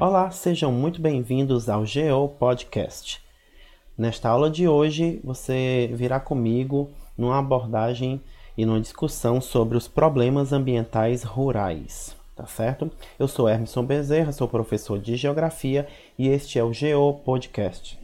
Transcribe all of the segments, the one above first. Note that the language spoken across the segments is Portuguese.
Olá, sejam muito bem-vindos ao GO Podcast. Nesta aula de hoje, você virá comigo numa abordagem e numa discussão sobre os problemas ambientais rurais, tá certo? Eu sou Hermeson Bezerra, sou professor de Geografia e este é o GO Podcast.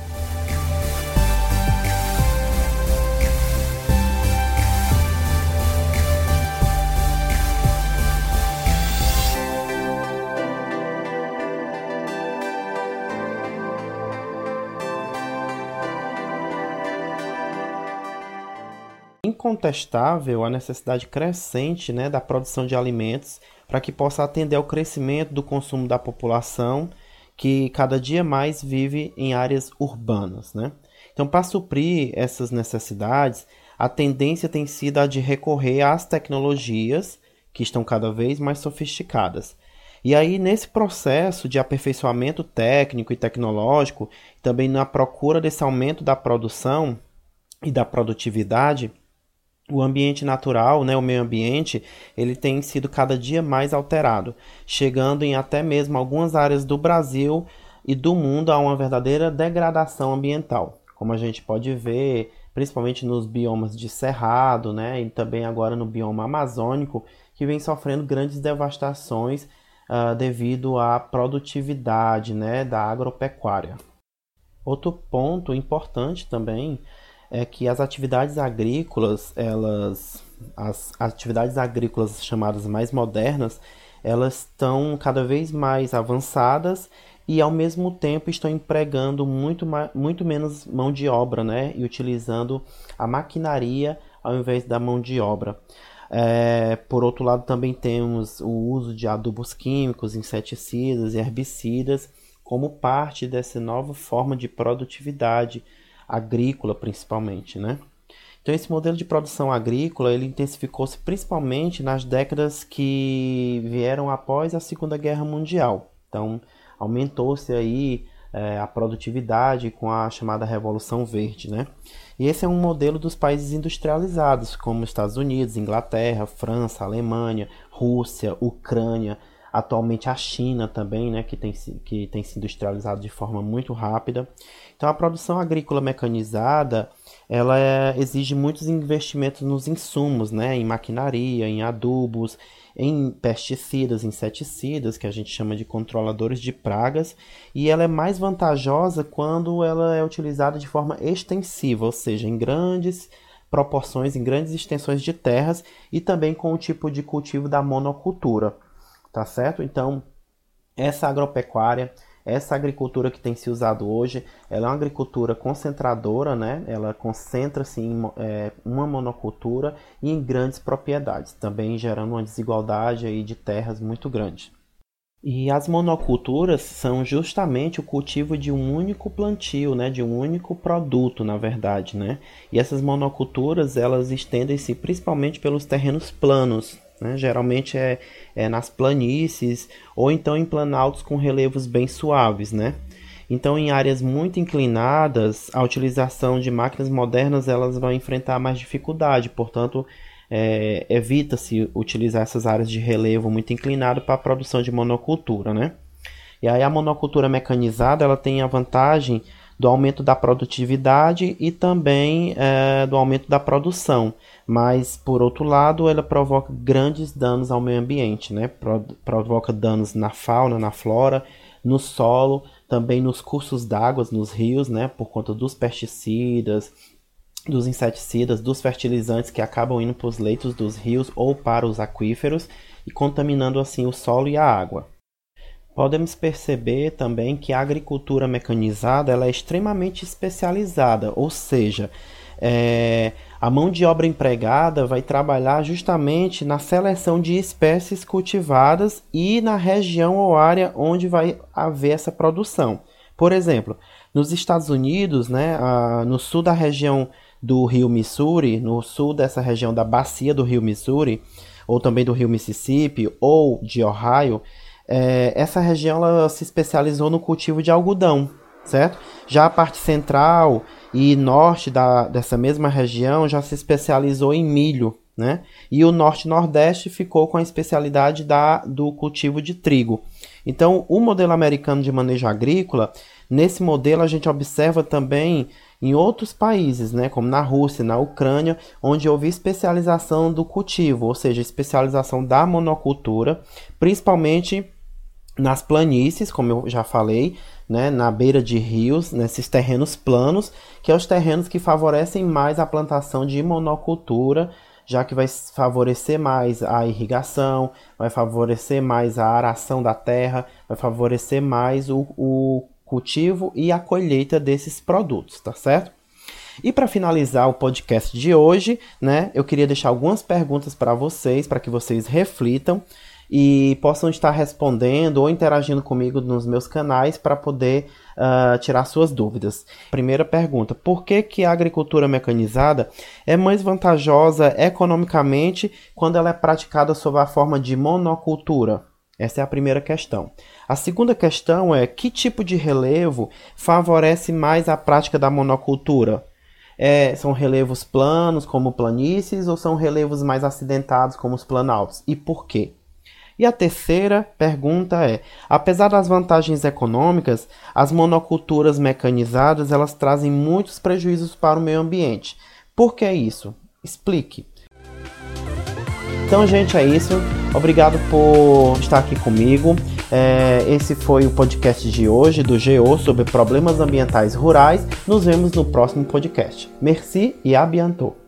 Incontestável a necessidade crescente, da produção de alimentos para que possa atender ao crescimento do consumo da população que cada dia mais vive em áreas urbanas, Então, para suprir essas necessidades, a tendência tem sido a de recorrer às tecnologias que estão cada vez mais sofisticadas. E aí, nesse processo de aperfeiçoamento técnico e tecnológico, também na procura desse aumento da produção e da produtividade, o ambiente natural, o meio ambiente, ele tem sido cada dia mais alterado, chegando em até mesmo algumas áreas do Brasil e do mundo a uma verdadeira degradação ambiental, como a gente pode ver, principalmente nos biomas de cerrado, e também agora no bioma amazônico, que vem sofrendo grandes devastações devido à produtividade, da agropecuária. Outro ponto importante também é que as atividades agrícolas, as atividades agrícolas chamadas mais modernas, elas estão cada vez mais avançadas e ao mesmo tempo estão empregando muito menos mão de obra, e utilizando a maquinaria ao invés da mão de obra. Por outro lado, também temos o uso de adubos químicos, inseticidas e herbicidas como parte dessa nova forma de produtividade agrícola, principalmente, Então, esse modelo de produção agrícola, ele intensificou-se principalmente nas décadas que vieram após a Segunda Guerra Mundial. Então, aumentou-se aí a produtividade com a chamada Revolução Verde, E esse é um modelo dos países industrializados, como Estados Unidos, Inglaterra, França, Alemanha, Rússia, Ucrânia, atualmente a China também, que tem se industrializado de forma muito rápida. Então, a produção agrícola mecanizada, ela exige muitos investimentos nos insumos, em maquinaria, em adubos, em pesticidas, inseticidas, que a gente chama de controladores de pragas, e ela é mais vantajosa quando ela é utilizada de forma extensiva, ou seja, em grandes proporções, em grandes extensões de terras, e também com o tipo de cultivo da monocultura. Tá certo? Então, essa agropecuária, essa agricultura que tem se usado hoje, ela é uma agricultura concentradora, Ela concentra-se em uma monocultura e em grandes propriedades, também gerando uma desigualdade aí de terras muito grande. E as monoculturas são justamente o cultivo de um único plantio, de um único produto, na verdade, E essas monoculturas, elas estendem-se principalmente pelos terrenos planos, Geralmente é nas planícies ou então em planaltos com relevos bem suaves, Então, em áreas muito inclinadas, a utilização de máquinas modernas elas vão enfrentar mais dificuldade, portanto, evita-se utilizar essas áreas de relevo muito inclinado para a produção de monocultura, E aí a monocultura mecanizada ela tem a vantagem do aumento da produtividade e também do aumento da produção. Mas, por outro lado, ela provoca grandes danos ao meio ambiente, Provoca danos na fauna, na flora, no solo, também nos cursos d'água, nos rios, por conta dos pesticidas, dos inseticidas, dos fertilizantes que acabam indo para os leitos dos rios ou para os aquíferos e contaminando assim o solo e a água. Podemos perceber também que a agricultura mecanizada ela é extremamente especializada, ou seja, a mão de obra empregada vai trabalhar justamente na seleção de espécies cultivadas e na região ou área onde vai haver essa produção. Por exemplo, nos Estados Unidos, no sul da região do rio Missouri, no sul dessa região da bacia do rio Missouri, ou também do rio Mississippi, ou de Ohio, essa região ela se especializou no cultivo de algodão, certo? Já a parte central e norte dessa mesma região já se especializou em milho, E o norte e nordeste ficou com a especialidade do cultivo de trigo. Então, o modelo americano de manejo agrícola, nesse modelo a gente observa também em outros países, né, como na Rússia, na Ucrânia, onde houve especialização do cultivo, ou seja, especialização da monocultura, principalmente nas planícies, como eu já falei, né, na beira de rios, nesses terrenos planos, que são os terrenos que favorecem mais a plantação de monocultura, já que vai favorecer mais a irrigação, vai favorecer mais a aração da terra, vai favorecer mais o cultivo e a colheita desses produtos, tá certo? E para finalizar o podcast de hoje, né, eu queria deixar algumas perguntas para vocês, para que vocês reflitam e possam estar respondendo ou interagindo comigo nos meus canais para poder tirar suas dúvidas. Primeira pergunta: por que a agricultura mecanizada é mais vantajosa economicamente quando ela é praticada sob a forma de monocultura? Essa é a primeira questão. A segunda questão é: que tipo de relevo favorece mais a prática da monocultura? São relevos planos, como planícies, ou são relevos mais acidentados, como os planaltos? E por quê? E a terceira pergunta é: apesar das vantagens econômicas, as monoculturas mecanizadas elas trazem muitos prejuízos para o meio ambiente. Por que isso? Explique. Então, gente, é isso. Obrigado por estar aqui comigo. Esse foi o podcast de hoje do GO sobre problemas ambientais rurais. Nos vemos no próximo podcast. Merci e à bientôt.